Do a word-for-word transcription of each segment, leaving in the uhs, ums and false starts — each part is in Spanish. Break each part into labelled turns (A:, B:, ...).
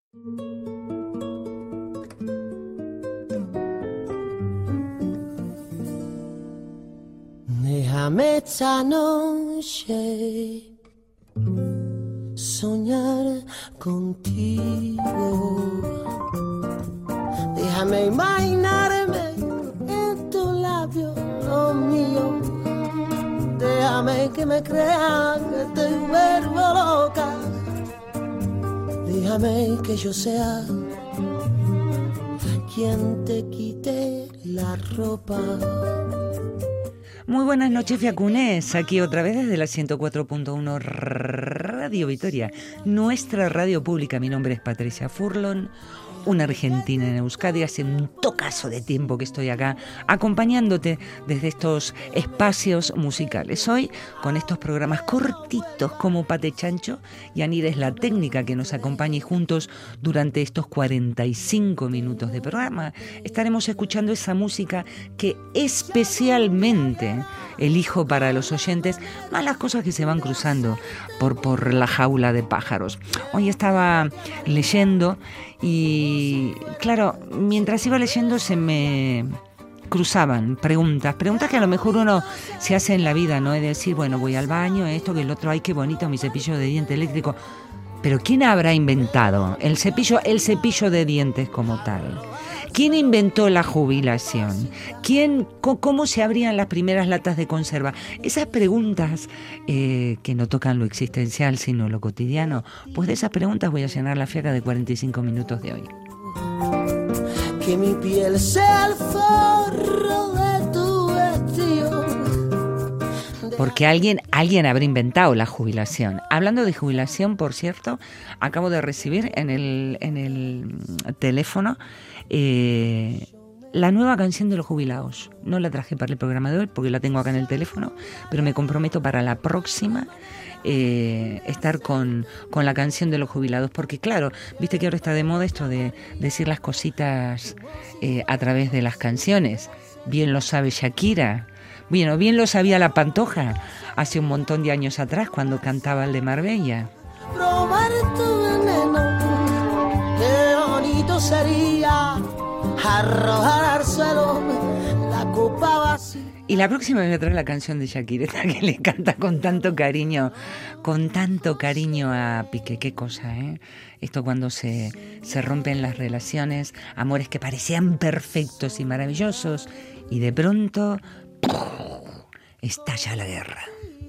A: Déjame esta noche soñar contigo. Déjame imaginarme en tu labio, lo mío. Déjame que me crean que te vuelvo loca. Déjame que yo sea quien te quite la ropa.
B: Muy buenas noches, Fiacunes. Aquí otra vez desde la ciento cuatro punto uno Radio Vitoria, nuestra radio pública. Mi nombre es Patricia Furlon, una argentina en Euskadi. Hace un tocazo de tiempo que estoy acá acompañándote desde estos espacios musicales. Hoy con estos programas cortitos como Pate Chancho, y Anira es la técnica que nos acompaña, y juntos durante estos cuarenta y cinco minutos de programa estaremos escuchando esa música que especialmente elijo para los oyentes, más las cosas que se van cruzando por, por la jaula de pájaros. Hoy estaba leyendo y, claro, mientras iba leyendo se me cruzaban preguntas, preguntas que a lo mejor uno se hace en la vida, ¿no? Es decir, bueno, voy al baño, esto, que el otro, ay, qué bonito mi cepillo de diente eléctrico. Pero ¿quién habrá inventado el cepillo, el cepillo de dientes como tal? ¿Quién inventó la jubilación? ¿Quién, ¿Cómo se abrían las primeras latas de conserva? Esas preguntas eh, que no tocan lo existencial, sino lo cotidiano. Pues de esas preguntas voy a llenar la fiaca de cuarenta y cinco minutos de hoy.
A: Que mi piel sea el forro de tu vestido.
B: Porque alguien, alguien habrá inventado la jubilación. Hablando de jubilación, por cierto, acabo de recibir en el, en el teléfono eh, la nueva canción de los jubilados. No la traje para el programa de hoy porque la tengo acá en el teléfono, pero me comprometo para la próxima eh, estar con, con la canción de los jubilados. Porque claro, viste que ahora está de moda esto de decir las cositas eh, a través de las canciones. Bien lo sabe Shakira. Bueno, bien lo sabía La Pantoja hace un montón de años atrás cuando cantaba el de Marbella.
A: Probar tu veneno, qué bonito sería arrojar al suelo la copa vacía.
B: Y la próxima me voy a traer la canción de Shakira, que le canta con tanto cariño, con tanto cariño a Piqué. Qué cosa, ¿eh? Esto cuando se, se rompen las relaciones, amores que parecían perfectos y maravillosos, y de pronto estalla la guerra.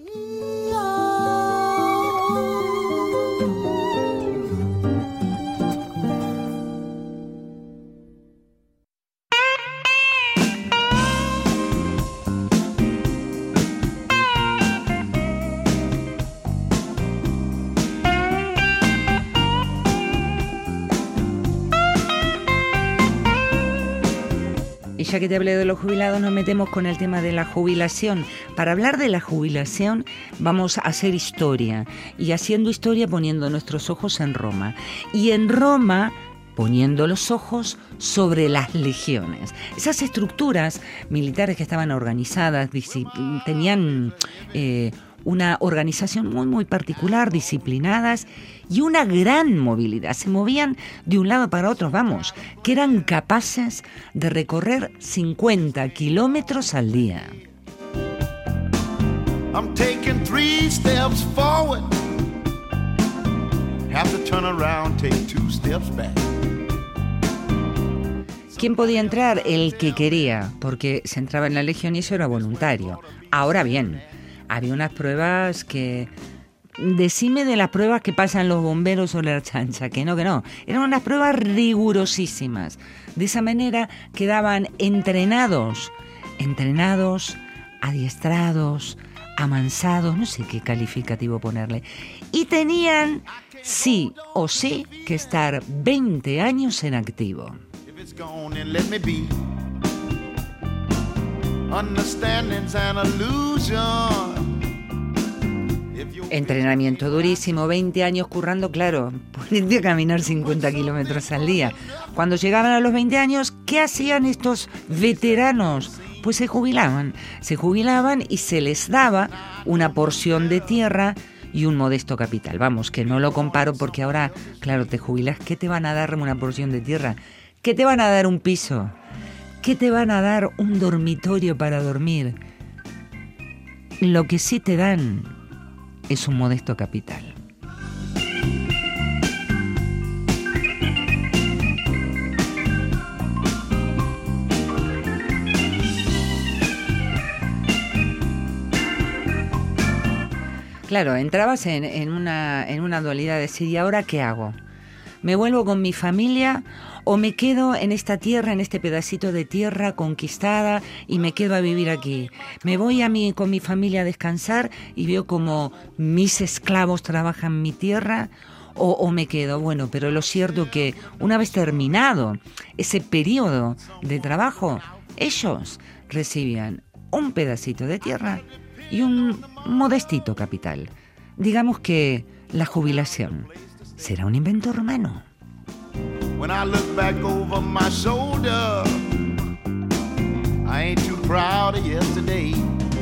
B: Y ya que te hablé de los jubilados, nos metemos con el tema de la jubilación. Para hablar de la jubilación vamos a hacer historia, y haciendo historia poniendo nuestros ojos en Roma. Y en Roma poniendo los ojos sobre las legiones. Esas estructuras militares que estaban organizadas, tenían eh, una organización muy, muy particular, disciplinadas, y una gran movilidad. Se movían de un lado para otro, vamos, que eran capaces de recorrer cincuenta kilómetros al día.
C: I'm taking three steps forward, have to turn around, take two steps back.
B: ¿Quién podía entrar? El que quería, porque se entraba en la legión y eso era voluntario. Ahora bien, había unas pruebas que... Decime de las pruebas que pasan los bomberos o la chancha, que no, que no. Eran unas pruebas rigurosísimas. De esa manera quedaban entrenados, entrenados, adiestrados, amansados, no sé qué calificativo ponerle. Y tenían, sí o sí, que estar veinte años en activo. Entrenamiento durísimo, veinte años currando, claro, ponerte a caminar cincuenta kilómetros al día. Cuando llegaban a los veinte años, ¿qué hacían estos veteranos? Pues se jubilaban, se jubilaban y se les daba una porción de tierra y un modesto capital. Vamos, que no lo comparo porque ahora, claro, te jubilas, ¿qué te van a dar una porción de tierra? ¿Qué te van a dar un piso? ¿Qué te van a dar un dormitorio para dormir? Lo que sí te dan es un modesto capital. Claro, entrabas en, en, una, en una dualidad de decir, ¿y ahora qué hago? ¿Me vuelvo con mi familia o me quedo en esta tierra, en este pedacito de tierra conquistada y me quedo a vivir aquí? ¿Me voy a mí, con mi familia a descansar y veo como mis esclavos trabajan mi tierra? O, o me quedo, bueno, pero lo cierto que una vez terminado ese periodo de trabajo, ellos recibían un pedacito de tierra y un modestito capital. Digamos que la jubilación será un invento romano.
C: When I look back over my shoulder, I ain't too proud of yesterday.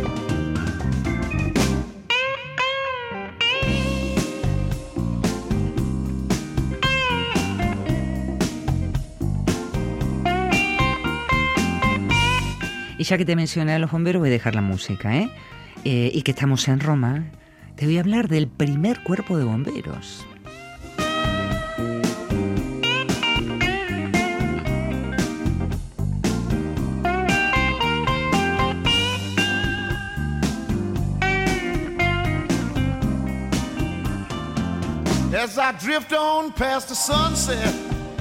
B: Y ya que te mencioné a los bomberos, voy a dejar la música, ¿eh? Eh, y que estamos en Roma, te voy a hablar del primer cuerpo de bomberos.
C: As I drift on past the sunset,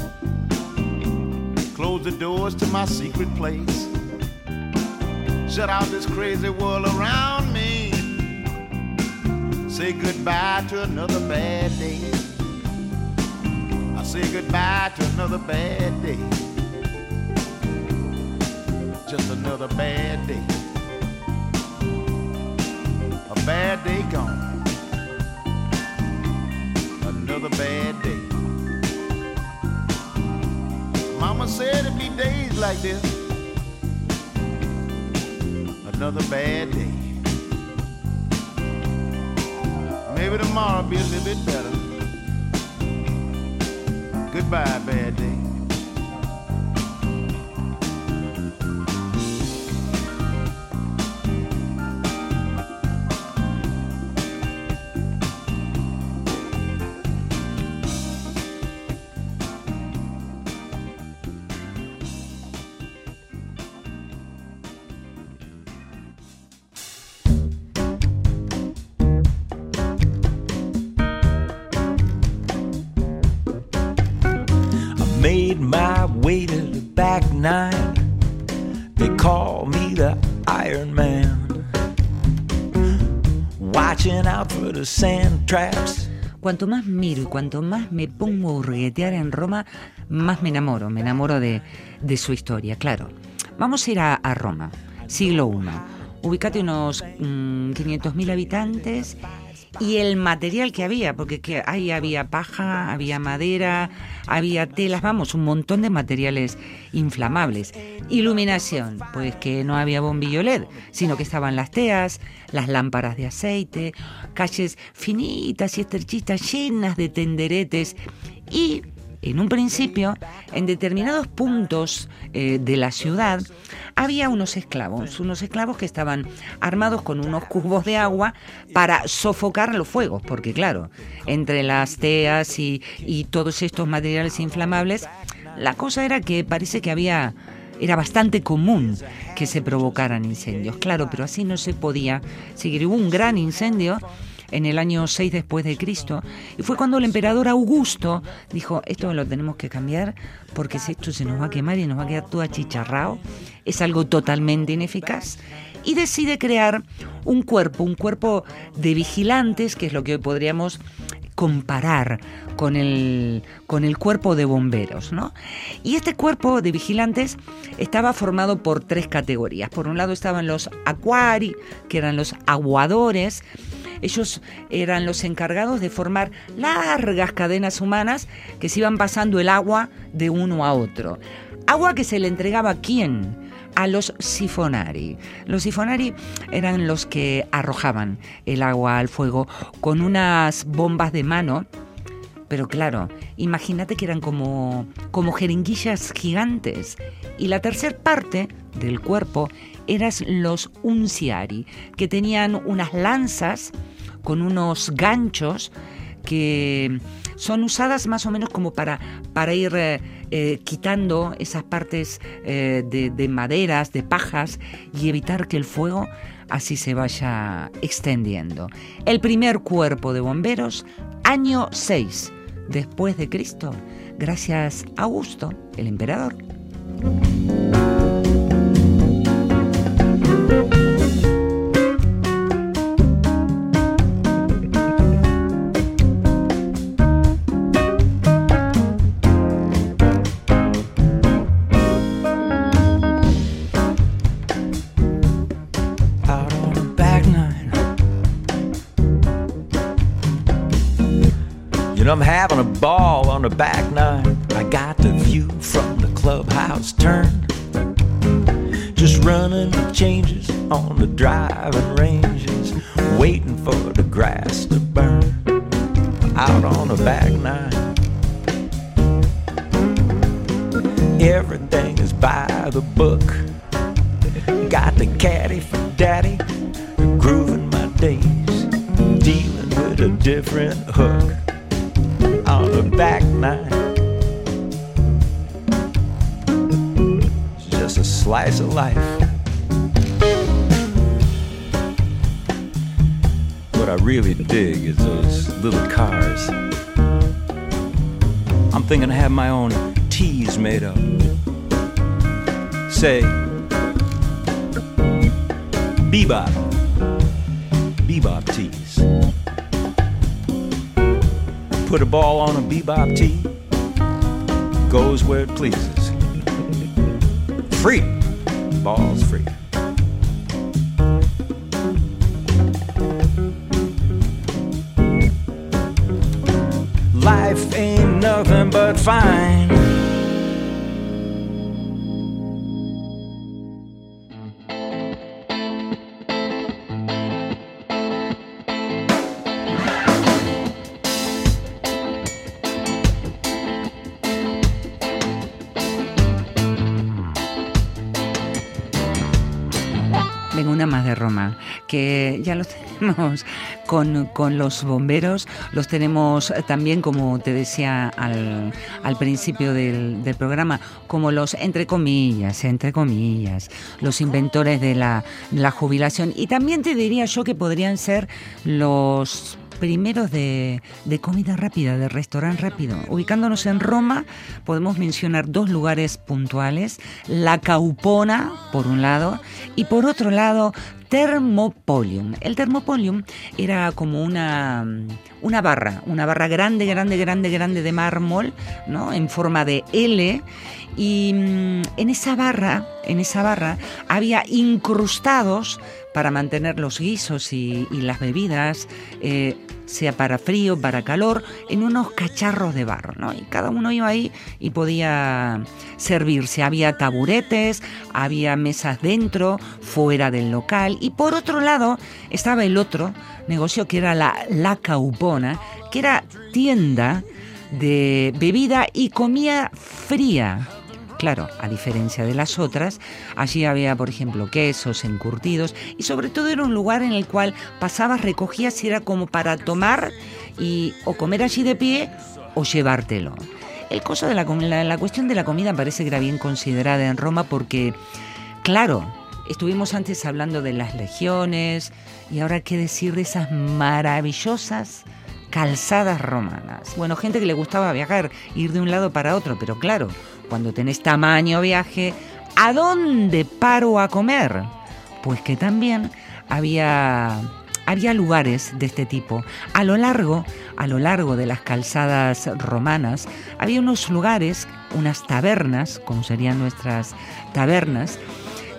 C: close the doors to my secret place, shut out this crazy world around me, say goodbye to another bad day. I say goodbye to another bad day, just another bad day, a bad day gone, another bad day. Mama said it'd be days like this, another bad day. Maybe tomorrow will be a little bit better. Goodbye, bad day.
D: Made my way to the back nine. They call me the Iron Man. Watching out for the sand traps.
B: Cuanto más miro y cuanto más me pongo a hurguetear en Roma, más me enamoro, me enamoro de, de su historia, claro. Vamos a ir a, a Roma, siglo primero. Ubicate unos mmm, quinientos mil habitantes. Y el material que había, porque que ahí había paja, había madera, había telas, vamos, un montón de materiales inflamables. Iluminación, pues que no había bombillo L E D, sino que estaban las teas, las lámparas de aceite, calles finitas y estrechitas llenas de tenderetes y, en un principio, en determinados puntos eh, de la ciudad, había unos esclavos, unos esclavos que estaban armados con unos cubos de agua para sofocar los fuegos, porque claro, entre las teas y, y todos estos materiales inflamables, la cosa era que parece que había, era bastante común que se provocaran incendios, claro, pero así no se podía seguir. Hubo un gran incendio en el año seis después de Cristo, y fue cuando el emperador Augusto dijo, esto lo tenemos que cambiar porque si esto se nos va a quemar y nos va a quedar todo achicharrado, es algo totalmente ineficaz, y decide crear un cuerpo, un cuerpo de vigilantes, que es lo que hoy podríamos comparar con el, con el cuerpo de bomberos, ¿no? Y este cuerpo de vigilantes estaba formado por tres categorías. Por un lado estaban los aquari, que eran los aguadores. Ellos eran los encargados de formar largas cadenas humanas que se iban pasando el agua de uno a otro. Agua que se le entregaba ¿a quién? a los sifonari. Los sifonari eran los que arrojaban el agua al fuego con unas bombas de mano. Pero claro, imagínate que eran como, como jeringuillas gigantes. Y la tercer parte del cuerpo eran los unciari, que tenían unas lanzas con unos ganchos que son usadas más o menos como para, para ir eh, eh, quitando esas partes eh, de, de maderas, de pajas, y evitar que el fuego así se vaya extendiendo. El primer cuerpo de bomberos, año seis después de Cristo, gracias a Augusto, el emperador.
D: I'm having a ball on the back nine. I got the view from the clubhouse turn. Just running the changes on the driving ranges, waiting for the grass to burn. Out on the back nine, everything is by the book. Got the caddy for daddy, grooving my days, dealing with a different hook. On the back nine, it's just a slice of life. What I really dig is those little cars. I'm thinking I have my own teas made up. Say, bebop, bebop teas. Put a ball on a bebop tee, goes where it pleases. Free, ball's free. Life ain't nothing but fine.
B: Vengo una más de Roma, que ya los tenemos con, con los bomberos, los tenemos también, como te decía al, al principio del, del programa, como los, entre comillas, entre comillas, los inventores de la, la jubilación. Y también te diría yo que podrían ser los primeros de, de comida rápida, de restaurante rápido. Ubicándonos en Roma, podemos mencionar dos lugares puntuales: la Caupona, por un lado, y por otro lado, Thermopolium. El Thermopolium era como una, una barra, una barra grande, grande, grande, grande de mármol, ¿no?, en forma de L, y en esa barra, en esa barra había incrustados para mantener los guisos y, y las bebidas, eh, sea para frío, para calor, en unos cacharros de barro, ¿no? Y cada uno iba ahí y podía servirse. Había taburetes, había mesas dentro, fuera del local. Y por otro lado estaba el otro negocio, que era la, la Caupona, que era tienda de bebida y comida fría. Claro, a diferencia de las otras, allí había, por ejemplo, quesos, encurtidos, y sobre todo era un lugar en el cual pasabas, recogías y era como para tomar y o comer allí de pie o llevártelo. El coso de la, la, la cuestión de la comida parece que era bien considerada en Roma porque, claro, estuvimos antes hablando de las legiones y ahora qué decir de esas maravillosas calzadas romanas. Bueno, gente que le gustaba viajar, ir de un lado para otro, pero claro, cuando tenés tamaño viaje, ¿a dónde paro a comer? Pues que también había, había lugares de este tipo. A lo largo, a lo largo de las calzadas romanas, había unos lugares, unas tabernas, como serían nuestras tabernas,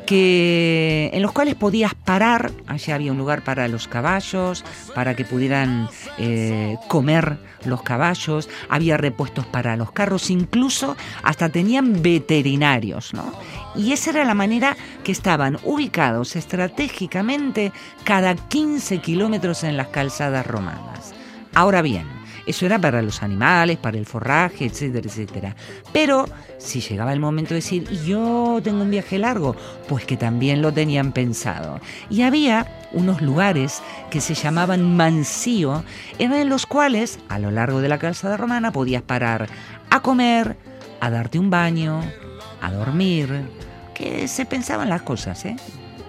B: que, en los cuales podías parar. Allí había un lugar para los caballos, para que pudieran eh, comer los caballos, había repuestos para los carros, incluso hasta tenían veterinarios, ¿no? Y esa era la manera que estaban ubicados estratégicamente cada quince kilómetros en las calzadas romanas. Ahora bien, eso era para los animales, para el forraje, etcétera, etcétera. Pero si llegaba el momento de decir, yo tengo un viaje largo, pues que también lo tenían pensado. Y había unos lugares que se llamaban mansío, en los cuales, a lo largo de la calzada romana, podías parar a comer, a darte un baño, a dormir, que se pensaban las cosas, ¿eh?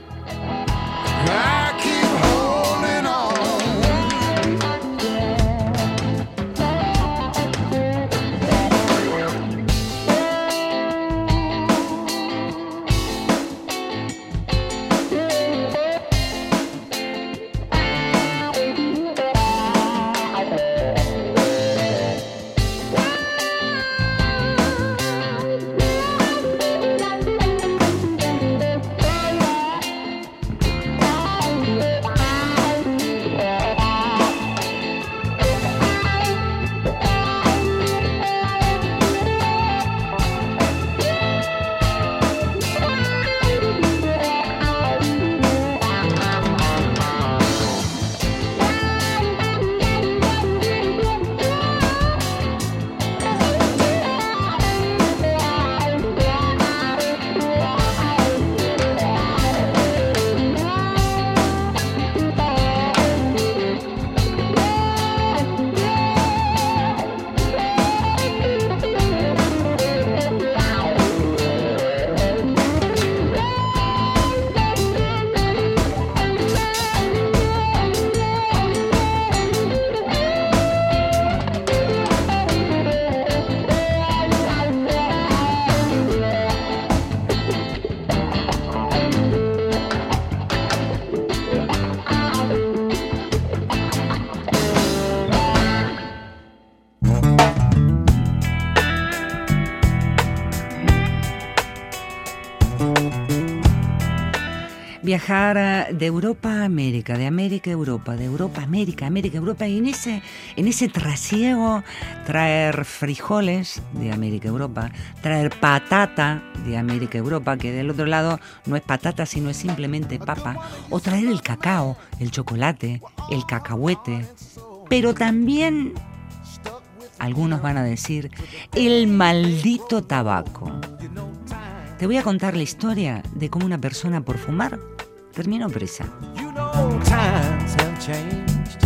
B: Viajar de Europa a América, de América a Europa, de Europa a América, América a Europa, y en ese, en ese trasiego traer frijoles de América a Europa, traer patata de América a Europa, que del otro lado no es patata sino es simplemente papa, o traer el cacao, el chocolate, el cacahuete, pero también, algunos van a decir, el maldito tabaco. Te voy a contar la historia de cómo una persona por fumar terminó presa.
C: You know, times have changed.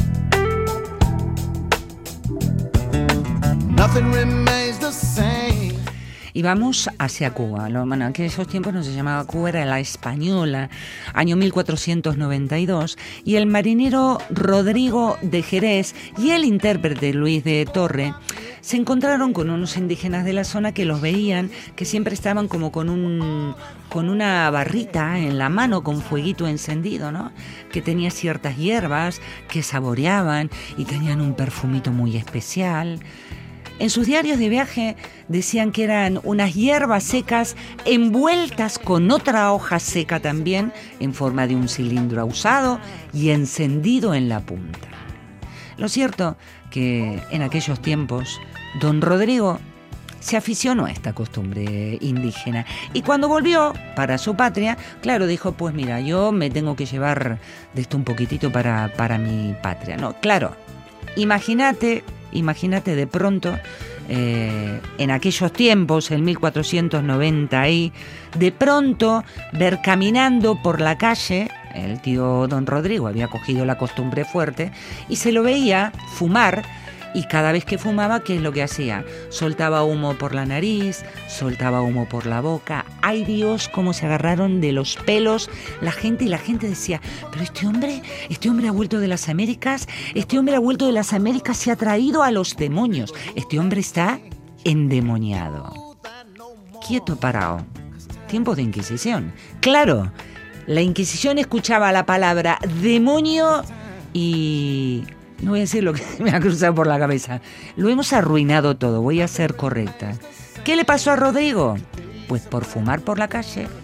C: Nothing remains the same.
B: Y vamos hacia Cuba. Lo, bueno, en aquellos tiempos no se llamaba Cuba, era la Española, año mil cuatrocientos noventa y dos, y el marinero Rodrigo de Jerez y el intérprete Luis de Torre se encontraron con unos indígenas de la zona que los veían, que siempre estaban como con un con una barrita en la mano con fueguito encendido, ¿no? Que tenía ciertas hierbas que saboreaban y tenían un perfumito muy especial. En sus diarios de viaje decían que eran unas hierbas secas envueltas con otra hoja seca también en forma de un cilindro ahusado y encendido en la punta. Lo cierto que en aquellos tiempos don Rodrigo se aficionó a esta costumbre indígena y cuando volvió para su patria, claro, dijo, pues mira, yo me tengo que llevar de esto un poquitito para, para mi patria, ¿no? Claro, imagínate, imagínate de pronto, eh, en aquellos tiempos, en mil cuatrocientos noventa, y de pronto ver caminando por la calle, el tío don Rodrigo había cogido la costumbre fuerte y se lo veía fumar. Y cada vez que fumaba, ¿qué es lo que hacía? Soltaba humo por la nariz, soltaba humo por la boca. ¡Ay Dios! Cómo se agarraron de los pelos la gente, y la gente decía, pero este hombre, este hombre ha vuelto de las Américas, este hombre ha vuelto de las Américas y ha traído a los demonios. Este hombre está endemoniado. Quieto parado. Tiempos de Inquisición. Claro, la Inquisición escuchaba la palabra demonio y... no voy a decir lo que me ha cruzado por la cabeza. Lo hemos arruinado todo, voy a ser correcta. ¿Qué le pasó a Rodrigo? Pues por fumar por la calle,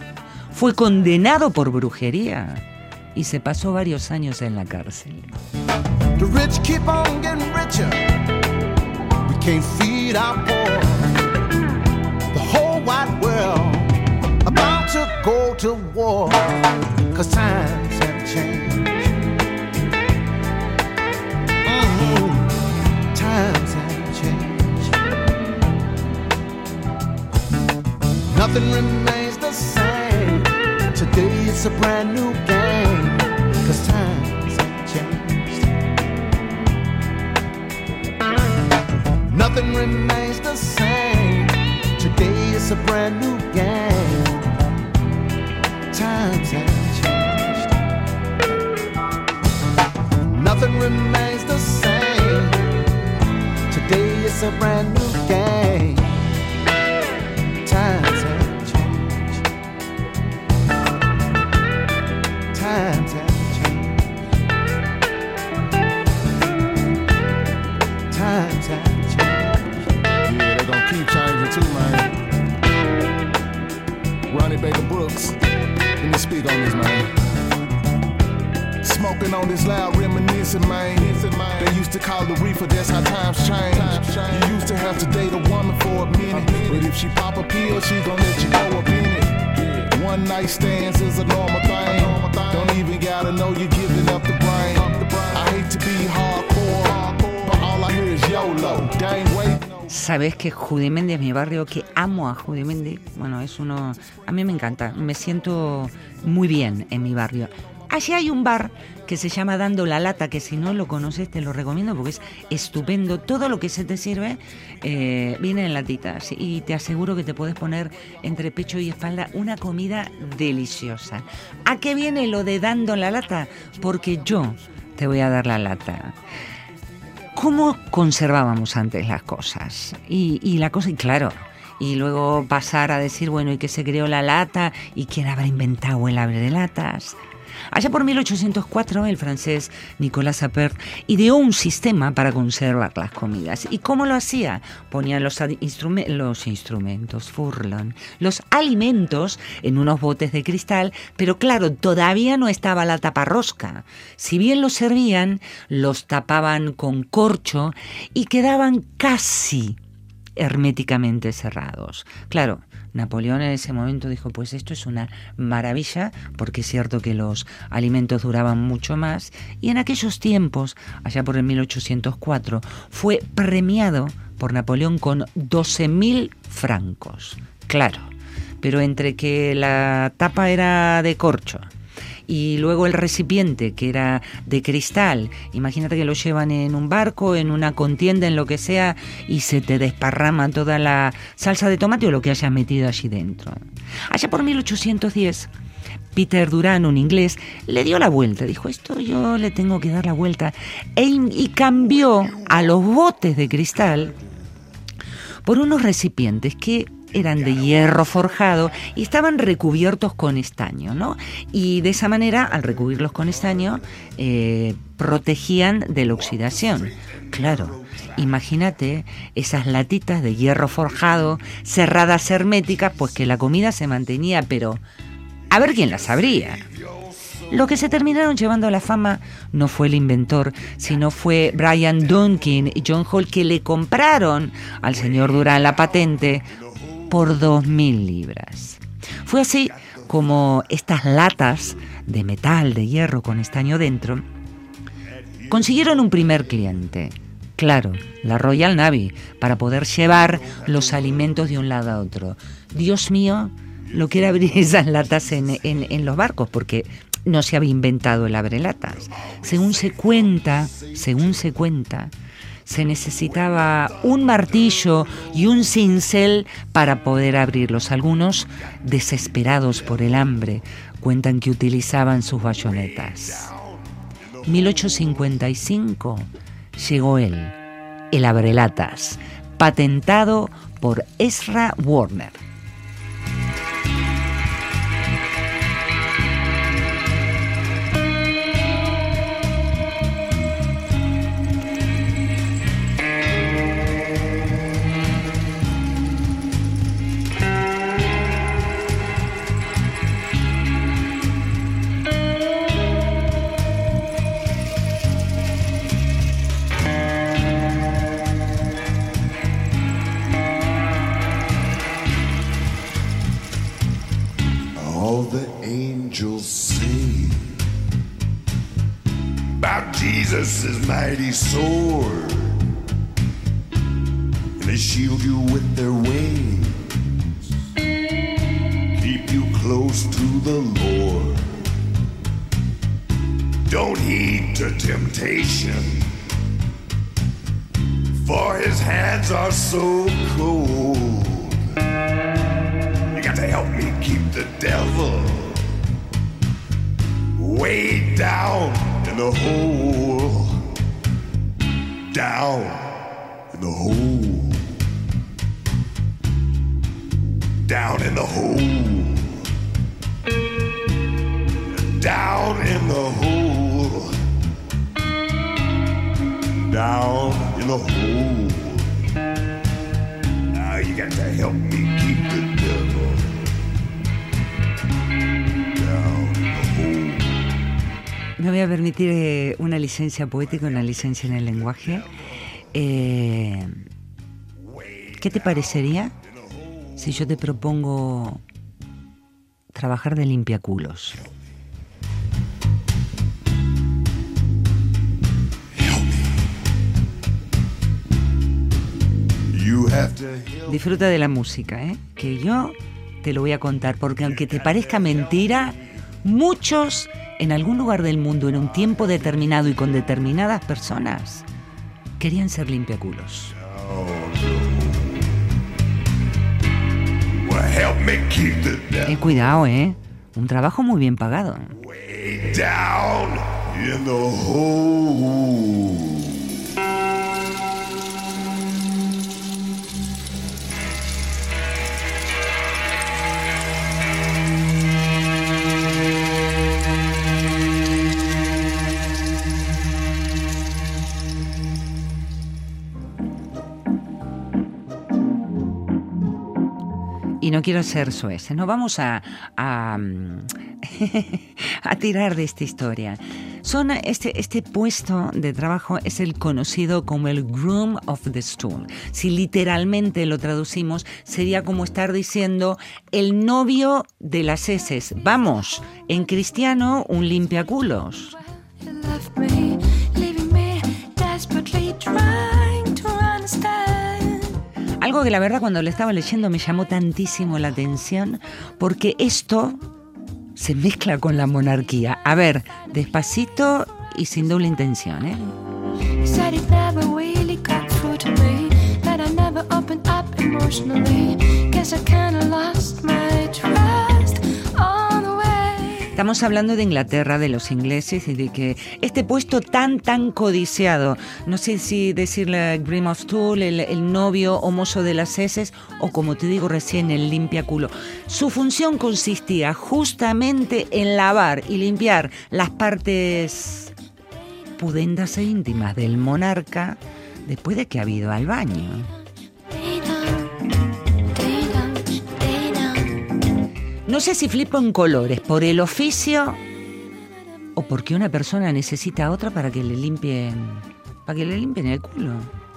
B: fue condenado por brujería y se pasó varios años en la cárcel.
C: The rich keep on getting richer. We can't feed our poor. The whole wide world about to go to war. Cause times have changed. Mm-hmm. Times have changed. Nothing remains the same. Today it's a brand new game. Cause times have changed. Nothing remains the same. Today it's a brand new game. Times have changed. Nothing remains the same. Today it's a brand new game. Times have changed. Times have changed. Times have changed.
E: Yeah, they gonna keep changing too, man. Ronnie Baker Brooks, let me speak on this, man. Smoking on this loud, reminiscing, man. They used to call the reefer, that's how times change. You used to have to date a woman for a minute, but if she pop a pill, she gon' let you go up in it. One night stands is a normal thing. Don't even gotta know you're giving up the brain. I hate to be hardcore, but all I hear is YOLO. Dang, wait.
B: Sabes que Judimendi es mi barrio, que amo a Judimendi. Bueno, es uno... A mí me encanta, me siento muy bien en mi barrio. Allí hay un bar que se llama Dando la Lata, que si no lo conoces te lo recomiendo porque es estupendo. Todo lo que se te sirve eh, viene en latitas y te aseguro que te puedes poner entre pecho y espalda una comida deliciosa. ¿A qué viene lo de Dando la Lata? Porque yo te voy a dar la lata. ¿Cómo conservábamos antes las cosas? Y, y la cosa, y claro... Y luego pasar a decir, bueno, ¿y qué se creó la lata? ¿Y quién habrá inventado el abre de latas? Allá por mil ochocientos cuatro, el francés Nicolas Appert ideó un sistema para conservar las comidas. ¿Y cómo lo hacía? Ponía los, instrume- los instrumentos, Furlon, los alimentos en unos botes de cristal, pero claro, todavía no estaba la taparrosca. Si bien los servían, los tapaban con corcho y quedaban casi herméticamente cerrados. Claro, Napoleón en ese momento dijo, pues esto es una maravilla, porque es cierto que los alimentos duraban mucho más, y en aquellos tiempos, allá por el mil ochocientos cuatro, fue premiado por Napoleón con doce mil francos. Claro, pero entre que la tapa era de corcho, y luego el recipiente, que era de cristal. Imagínate que lo llevan en un barco, en una contienda, en lo que sea, y se te desparrama toda la salsa de tomate o lo que hayas metido allí dentro. Allá por mil ochocientos diez, Peter Durand, un inglés, le dio la vuelta. Dijo, esto yo le tengo que dar la vuelta. E, y cambió a los botes de cristal por unos recipientes que eran de hierro forjado y estaban recubiertos con estaño, ¿no? Y de esa manera, al recubrirlos con estaño, eh, protegían de la oxidación. Claro, imagínate esas latitas de hierro forjado, cerradas herméticas, pues que la comida se mantenía, pero a ver quién las abría. Lo que se terminaron llevando a la fama no fue el inventor, sino fue Brian Duncan y John Hall, que le compraron al señor Durand la patente por dos mil libras. Fue así como estas latas de metal, de hierro con estaño dentro, consiguieron un primer cliente. Claro, la Royal Navy, para poder llevar los alimentos de un lado a otro. Dios mío, lo que era abrir esas latas en, en, en los barcos, porque no se había inventado el abrelatas. Según se cuenta, según se cuenta, se necesitaba un martillo y un cincel para poder abrirlos. Algunos, desesperados por el hambre, cuentan que utilizaban sus bayonetas. mil ochocientos cincuenta y cinco llegó él, el abrelatas, patentado por Ezra Warner.
F: of the angels say about Jesus' mighty sword, and they shield you with their wings, keep you close to the Lord. Don't heed to temptation, for his hands are so cold. You got to help me keep the devil way down in the hole, down in the hole, down in the hole, down in the hole, down in the hole. Now you got to help me keep the devil down in the hole.
B: Me voy a permitir eh, una licencia poética, una licencia en el lenguaje. Eh, ¿Qué te parecería si yo te propongo trabajar de limpiaculos? Disfruta de la música, ¿eh? Que yo te lo voy a contar, porque aunque te parezca mentira, muchos en algún lugar del mundo, en un tiempo determinado y con determinadas personas, querían ser limpiaculos. Ten cuidado, ¿eh? Un trabajo muy bien pagado.
F: Way down in the hole.
B: Y no quiero ser soez, no vamos a, a, a tirar de esta historia. Son este, este puesto de trabajo es el conocido como el groom of the stool. Si literalmente lo traducimos, sería como estar diciendo el novio de las heces. Vamos, en cristiano, un limpiaculos. Algo que la verdad cuando lo estaba leyendo me llamó tantísimo la atención, porque esto se mezcla con la monarquía. A ver, despacito y sin doble intención, ¿eh? Estamos hablando de Inglaterra, de los ingleses, y de que este puesto tan, tan codiciado, no sé si decirle Groom of Stool, el, el novio o mozo de las heces, o como te digo recién, el limpiaculo. Su función consistía justamente en lavar y limpiar las partes pudendas e íntimas del monarca después de que ha ido al baño. No sé si flipo en colores, por el oficio o porque una persona necesita a otra para que le limpien, para que le limpien el culo.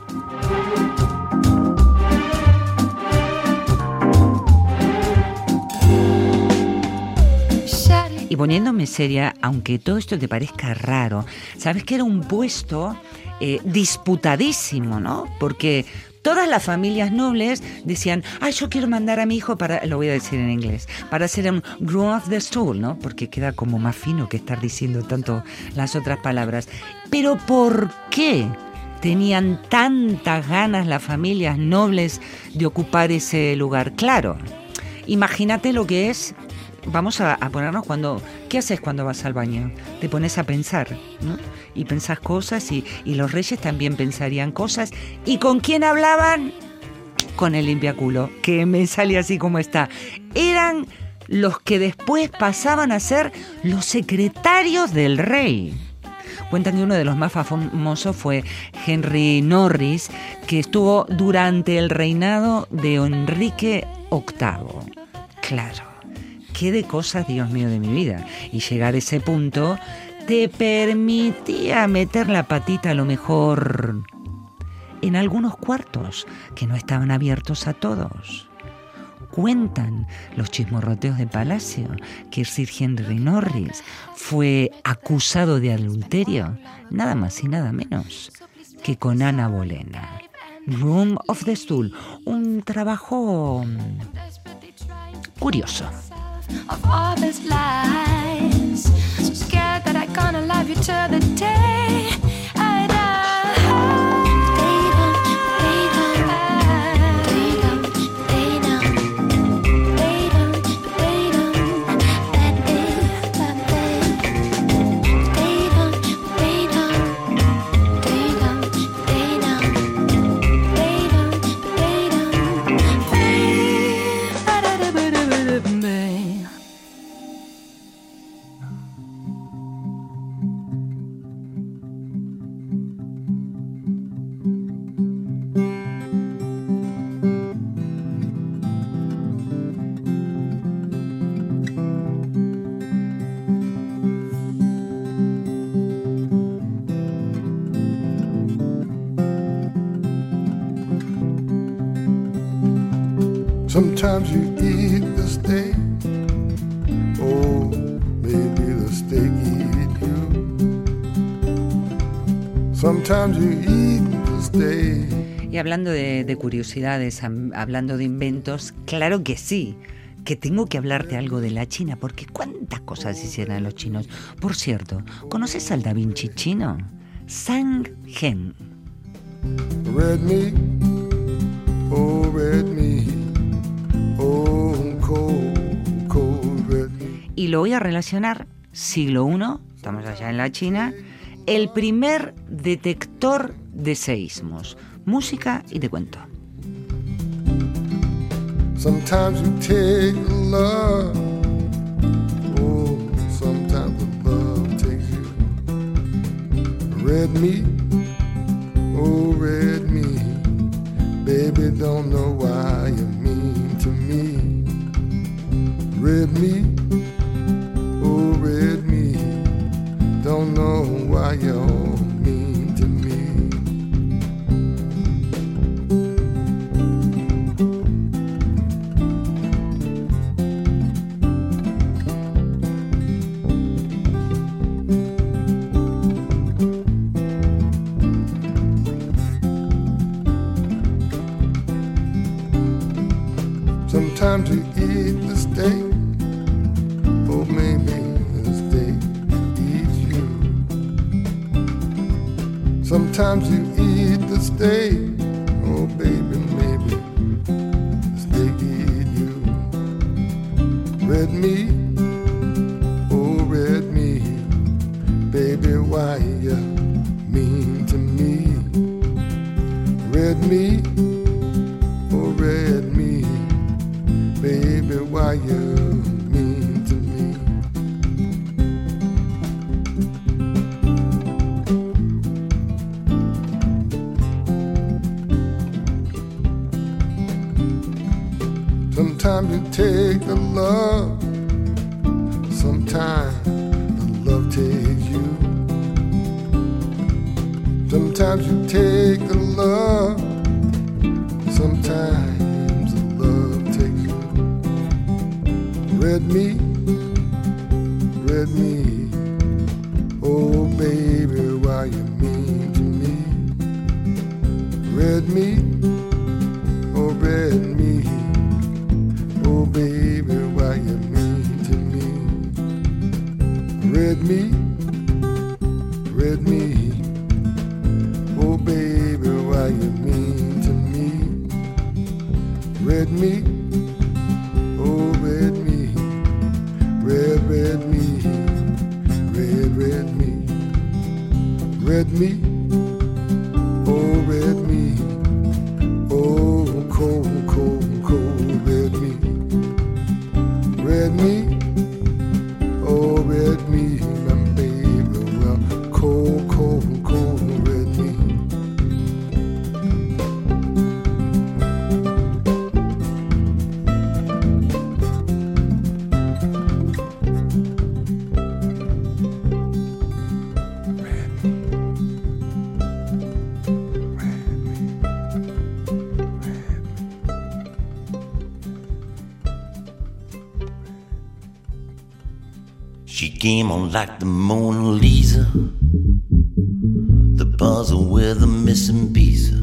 B: Y poniéndome seria, aunque todo esto te parezca raro, sabes que era un puesto eh, disputadísimo, ¿no? Porque todas las familias nobles decían, ay, yo quiero mandar a mi hijo para, lo voy a decir en inglés, para ser un groom of the stool, ¿no? Porque queda como más fino que estar diciendo tanto las otras palabras. Pero ¿por qué tenían tantas ganas las familias nobles de ocupar ese lugar? Claro, imagínate lo que es. Vamos a, a ponernos cuando... ¿Qué haces cuando vas al baño? Te pones a pensar, ¿no? Y pensás cosas y, y los reyes también pensarían cosas. ¿Y con quién hablaban? Con el limpiaculo, que me sale así como está. Eran los que después pasaban a ser los secretarios del rey. Cuentan que uno de los más famosos fue Henry Norris, que estuvo durante el reinado de Enrique octavo. Claro. Qué de cosas, Dios mío, de mi vida. Y llegar a ese punto te permitía meter la patita a lo mejor en algunos cuartos que no estaban abiertos a todos. Cuentan los chismorroteos de Palacio que Sir Henry Norris fue acusado de adulterio, nada más y nada menos que con Ana Bolena. Room of the Stool, un trabajo curioso.
G: Of all these lies, so scared that I'm gonna love you till the day I die. They don't, they don't, they don't, they don't, they don't, they don't, that is the thing. They don't, they don't, they don't, they don't, they don't, they don't, they, ba-da-da-ba-da-ba-da-ba.
F: Sometimes you eat the steak, oh, maybe the steak eat you. Sometimes you eat the steak.
B: Y hablando de, de curiosidades, am- hablando de inventos, claro que sí, que tengo que hablarte algo de la China, porque cuántas cosas hicieron los chinos. Por cierto, ¿conoces al Da Vinci chino? Sang Hen.
F: Red meat, oh, red meat, oh, cold, cold red meat.
B: Y lo voy a relacionar, siglo primero, estamos allá en la China, el primer detector de seísmos. Música y te cuento.
F: Sometimes you take love, oh, sometimes the love takes you. Red meat, oh, red meat, baby, don't know why you mean to me. Red meat, oh, red meat, don't know why you're mean to me. Sometimes you eat the steak, or maybe the steak eats you. Sometimes you eat the steak, oh baby, maybe the steak eat you. Red meat, oh red meat, baby, why you mean to me? Red meat, oh red meat, baby, why you mean to me? Sometimes you take the love, sometimes the love takes you. Sometimes you take the love, sometimes the love takes you. Red meat, red meat, oh baby, why you mean to me? Red meat, oh red meat, oh baby, why you mean to me? Red meat, red meat, oh baby, why you mean to me? Red meat, oh red meat, red, red meat, red, red meat, red meat, oh red meat, oh cold, cold, cold red meat, red meat, oh red meat, my baby, well, cold, cold, cold red meat.
H: She came on like the Mona Lisa, the puzzle with a missing piece.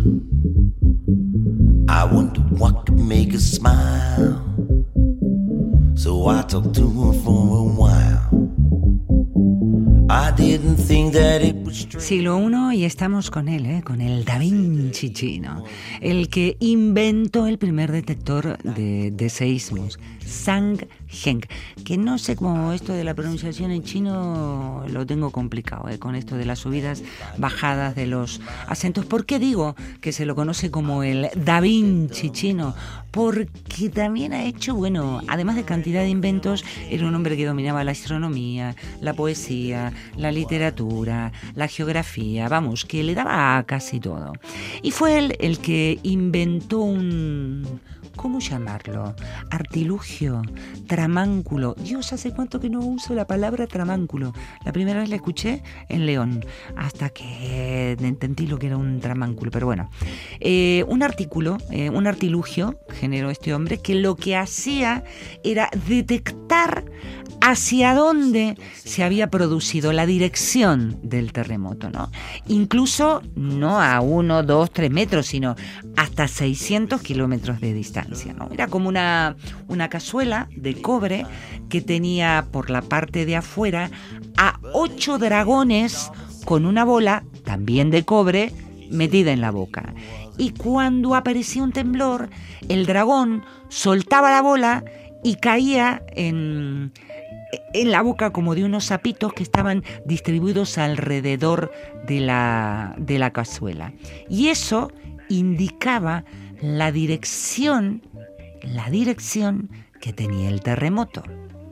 H: I wonder what could make her smile, so I talked to her for a while. I didn't think that it was true.
B: Siglo uno y estamos con él, ¿eh? Con el Da Vinci chino, el que inventó el primer detector de, de seísmos, Zhang Heng, que no sé cómo esto de la pronunciación en chino lo tengo complicado, ¿eh? Con esto de las subidas, bajadas de los acentos. ¿Por qué digo que se lo conoce como el Da Vinci chino? Porque también ha hecho, bueno, además de cantidad de inventos, era un hombre que dominaba la astronomía, la poesía, la literatura, la geografía, vamos, que le daba a casi todo. Y fue él el que inventó un... ¿cómo llamarlo? Artilugio, tramánculo. Dios, ¿hace cuánto que no uso la palabra tramánculo? La primera vez la escuché en León, hasta que entendí lo que era un tramánculo. Pero bueno, eh, un artículo, eh, un artilugio generó este hombre que lo que hacía era detectar hacia dónde se había producido la dirección del terremoto, ¿no? Incluso no a uno, dos, tres metros, sino hasta seiscientos kilómetros de distancia, ¿no? Era como una, una cazuela de cobre que tenía por la parte de afuera a ocho dragones con una bola, también de cobre, metida en la boca. Y cuando aparecía un temblor, el dragón soltaba la bola y caía en... en la boca como de unos sapitos que estaban distribuidos alrededor de la, de la cazuela. Y eso indicaba la dirección, la dirección que tenía el terremoto.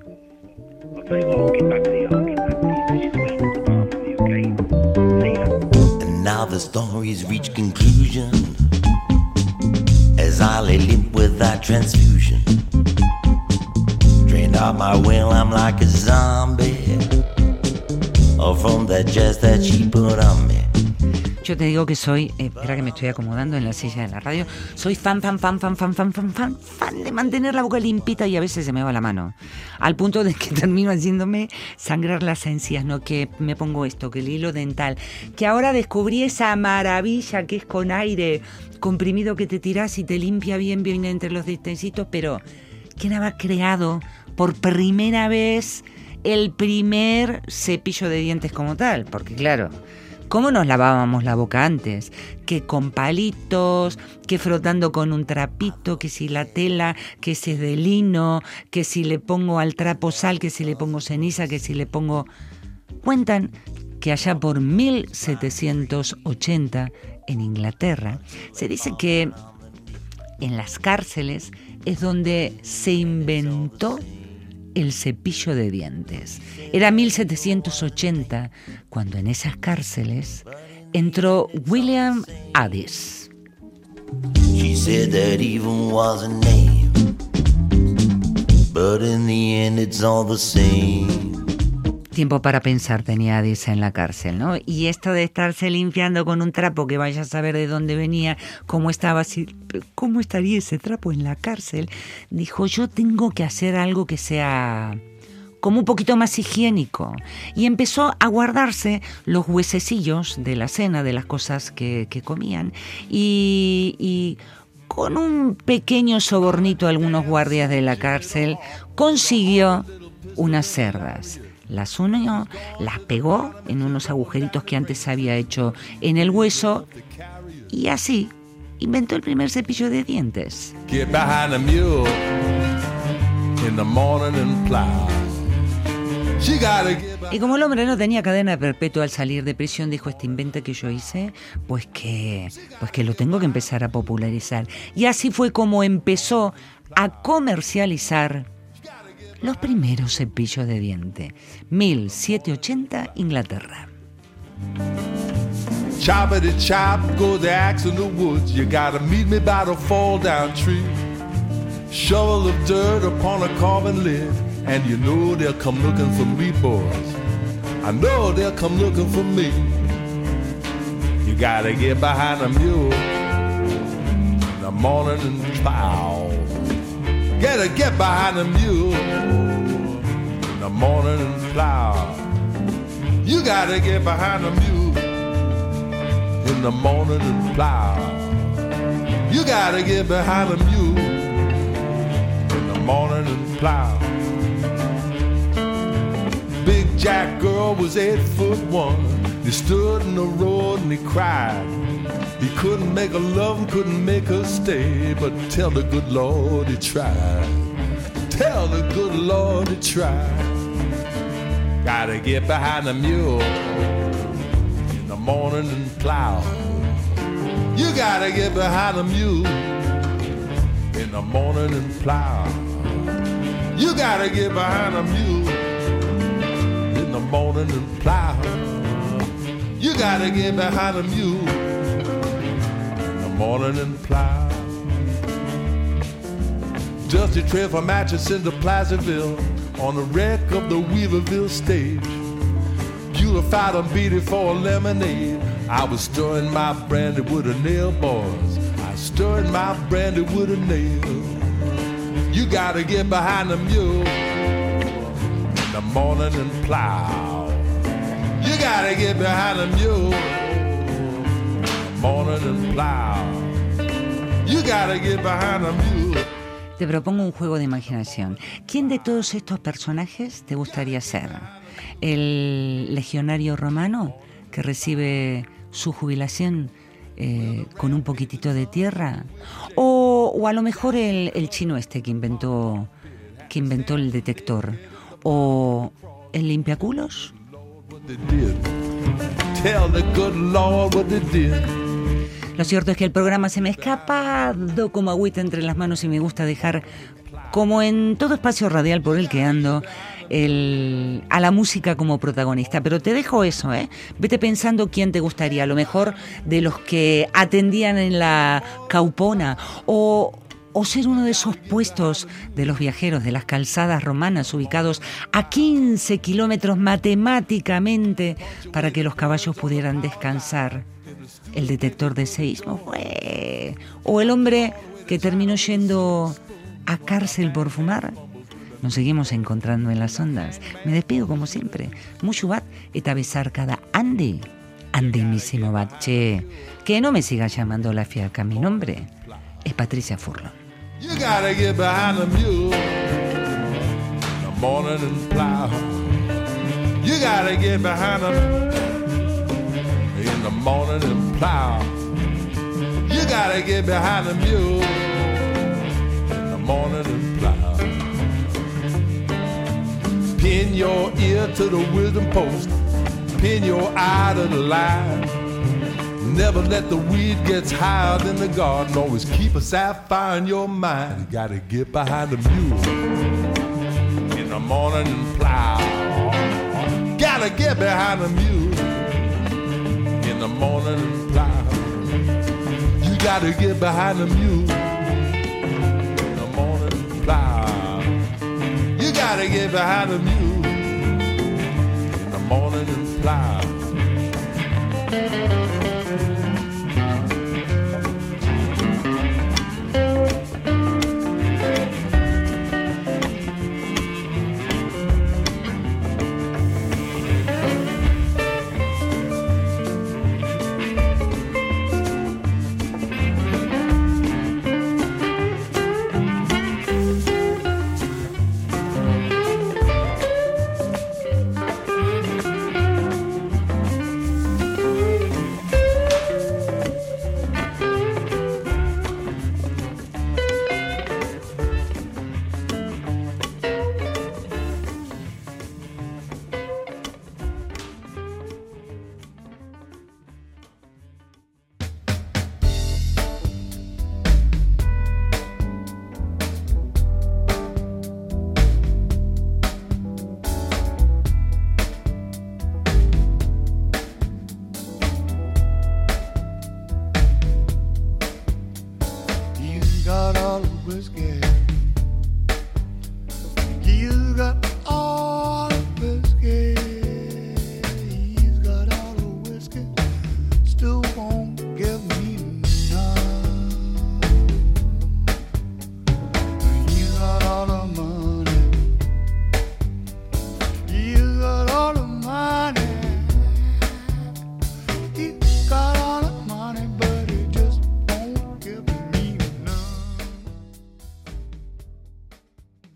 H: And now the story's reached conclusion as I lay limp without transfusion. Drained out my well, I'm like a zombie. Or from that jazz that she put on me.
B: Yo te digo que soy, eh, espera que me estoy acomodando en la silla de la radio, soy fan, fan, fan, fan, fan, fan, fan, fan, fan de mantener la boca limpita y a veces se me va la mano. Al punto de que termino haciéndome sangrar las encías, ¿no? Que me pongo esto, que el hilo dental, que ahora descubrí esa maravilla que es con aire comprimido que te tiras y te limpia bien, bien entre los dientecitos, pero ¿quién habrá creado por primera vez el primer cepillo de dientes como tal? Porque claro, ¿cómo nos lavábamos la boca antes? Que con palitos, que frotando con un trapito, que si la tela, que si es de lino, que si le pongo al trapo sal, que si le pongo ceniza, que si le pongo... Cuentan que allá por mil setecientos ochenta en Inglaterra se dice que en las cárceles es donde se inventó el cepillo de dientes. Era mil setecientos ochenta cuando en esas cárceles entró William Addis.
H: She said that even was a name, but in the end it's all the same.
B: Tiempo para pensar tenía Addis en la cárcel, ¿no? Y esto de estarse limpiando con un trapo que vaya a saber de dónde venía, cómo estaba, cómo estaría ese trapo en la cárcel, dijo, yo tengo que hacer algo que sea como un poquito más higiénico. Y empezó a guardarse los huesecillos de la cena, de las cosas que, que comían, y... y con un pequeño sobornito a algunos guardias de la cárcel consiguió unas cerdas. Las unió, las pegó en unos agujeritos que antes había hecho en el hueso y así inventó el primer cepillo de dientes.
F: Get behind the mule in the morning and plow. She gotta get behind...
B: Y como el hombre no tenía cadena perpetua al salir de prisión, dijo, este invento que yo hice, pues que, pues que lo tengo que empezar a popularizar. Y así fue como empezó a comercializar los primeros cepillos de diente. mil setecientos ochenta, Inglaterra.
F: Choppity chop, go the axe in the woods. You gotta meet me by the fall down tree. Shovel of dirt upon a carving lid, and you know they'll come looking for me, boys. I know they'll come looking for me. You gotta get behind a mule in the morning and plow. Gotta get behind a mule in the the morning and plow. You gotta get behind the mule in the morning and plow. You gotta get behind the mule in the morning and plow. Big Jack girl was eight foot one. He stood in the road and he cried. He couldn't make her love and couldn't make her stay, but tell the good Lord he tried. Tell the good Lord he tried. Gotta get behind the mule in the morning and plow. You gotta get behind the mule in the morning and plow. You gotta get behind the mule in the morning and plow. You gotta get behind the mule in the morning and plow. Dusty trail from Atchison to Placerville on the wreck of the Weaverville stage. Beautified and beat it for a lemonade. I was stirring my brandy with a nail, boys. I stirring my brandy with a nail. You gotta get behind the mule in the morning and plow. You gotta get behind the mule in the morning and plow. You gotta get behind the mule.
B: Te propongo un juego de imaginación. ¿Quién de todos estos personajes te gustaría ser? ¿El legionario romano que recibe su jubilación eh, con un poquitito de tierra? ¿O, o a lo mejor el, el chino este que inventó, que inventó el detector? ¿O el limpiaculos? Lo cierto es que el programa se me ha escapado como agüita entre las manos y me gusta dejar, como en todo espacio radial por el que ando, el, a la música como protagonista. Pero te dejo eso, ¿eh? Vete pensando quién te gustaría, a lo mejor de los que atendían en la Caupona, o, o ser uno de esos puestos de los viajeros de las calzadas romanas ubicados a quince kilómetros matemáticamente para que los caballos pudieran descansar. El detector de seísmo fue. O el hombre que terminó yendo a cárcel por fumar. Nos seguimos encontrando en las ondas. Me despido como siempre. Mucho bat eta besar cada ande. Andimísimo bat, che. Que no me siga llamando la fiaca. Mi nombre es Patricia Furlon.
F: You gotta get behind the mule in the morning and plow. You gotta get behind the in the morning and plow. You gotta get behind the mule in the morning and plow. Pin your ear to the wisdom post. Pin your eye to the line. Never let the weed get higher than the garden. Always keep a sapphire in your mind. You gotta get behind the mule in the morning and plow. Gotta get behind the mule in the morning and plow. You gotta get behind the mule in the morning and plow. You gotta get behind the mule in the morning and plow.